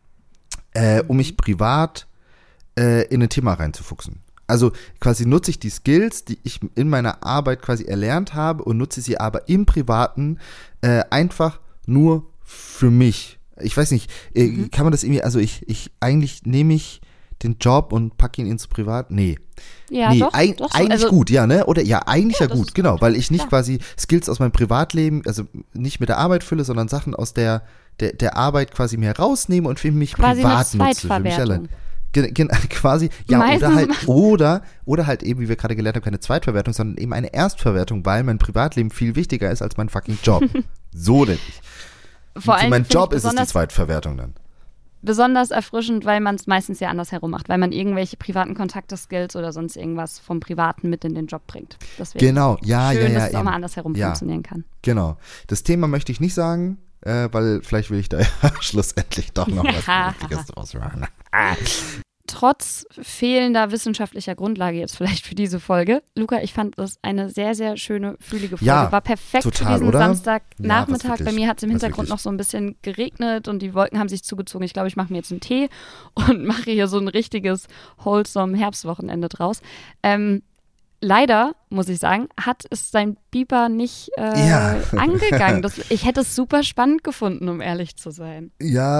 um mich privat in ein Thema reinzufuchsen. Also quasi nutze ich die Skills, die ich in meiner Arbeit quasi erlernt habe und nutze sie aber im Privaten einfach nur für mich. Ich weiß nicht, kann man das irgendwie, also eigentlich nehme ich den Job und packe ihn ins Privat? Nee. Ja, nee, doch, eigentlich also, gut, ja, ne? Oder ja, eigentlich ja gut, genau, gut. weil ich nicht Klar. quasi Skills aus meinem Privatleben, also nicht mit der Arbeit fülle, sondern Sachen aus der Arbeit quasi mir rausnehme und für mich quasi privat eine nutze. Für mich allein. Zweitverwertung. Quasi, ja, Meistens oder halt eben, wie wir gerade gelernt haben, keine Zweitverwertung, sondern eben eine Erstverwertung, weil mein Privatleben viel wichtiger ist als mein fucking Job. So denn ich. Vor allem mein Job ist es die Zweitverwertung dann. Besonders erfrischend, weil man es meistens ja andersherum macht, weil man irgendwelche privaten Kontakte, Skills oder sonst irgendwas vom Privaten mit in den Job bringt. Deswegen genau, ja, schön, ja, dass es auch eben. mal andersherum funktionieren kann. Genau. Das Thema möchte ich nicht sagen, weil vielleicht will ich da ja schlussendlich doch noch was Vernünftiges draus machen. Trotz fehlender wissenschaftlicher Grundlage jetzt vielleicht für diese Folge, Luca, ich fand das eine sehr, sehr schöne, fühlige Folge. Ja, war perfekt total, für diesen oder? Samstagnachmittag. Ja, bei mir hat es im Hintergrund wirklich. noch so ein bisschen geregnet und die Wolken haben sich zugezogen. Ich glaube, ich mache mir jetzt einen Tee und mache hier so ein richtiges wholesome Herbstwochenende draus. Leider, muss ich sagen, hat es sein Biber nicht angegangen. Ich hätte es super spannend gefunden, um ehrlich zu sein.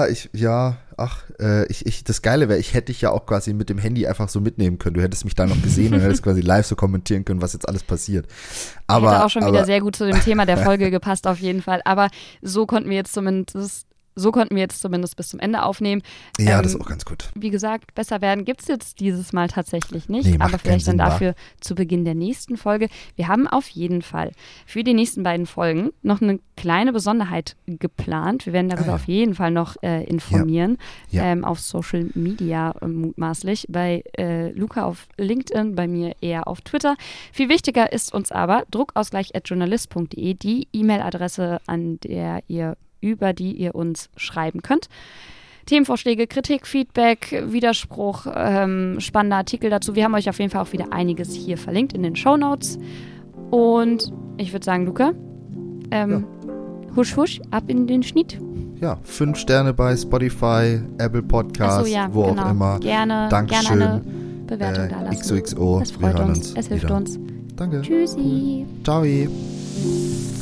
Das Geile wäre, ich hätte dich ja auch quasi mit dem Handy einfach so mitnehmen können. Du hättest mich da noch gesehen und hättest quasi live so kommentieren können, was jetzt alles passiert. Aber hätte auch schon wieder sehr gut zu dem Thema der Folge gepasst, auf jeden Fall. Aber so konnten wir jetzt zumindest bis zum Ende aufnehmen. Ja, das ist auch ganz gut. Wie gesagt, besser werden gibt es jetzt dieses Mal tatsächlich nicht, Nee, macht aber vielleicht keinen dann Sinn, dafür zu Beginn der nächsten Folge. Wir haben auf jeden Fall für die nächsten beiden Folgen noch eine kleine Besonderheit geplant. Wir werden darüber auf jeden Fall noch informieren, Ja. auf Social Media mutmaßlich. Bei Luca auf LinkedIn, bei mir eher auf Twitter. Viel wichtiger ist uns aber druckausgleich@journalist.de, die E-Mail-Adresse, über die ihr uns schreiben könnt. Themenvorschläge, Kritik, Feedback, Widerspruch, spannende Artikel dazu. Wir haben euch auf jeden Fall auch wieder einiges hier verlinkt in den Shownotes. Und ich würde sagen, Luca, husch, husch, ab in den Schnitt. Ja, 5 Sterne bei Spotify, Apple Podcasts, wo auch immer. Gerne Dankeschön. eine Bewertung da lassen. XOXO. Das freut uns. Es hilft uns. Danke. Tschüssi. Ciao.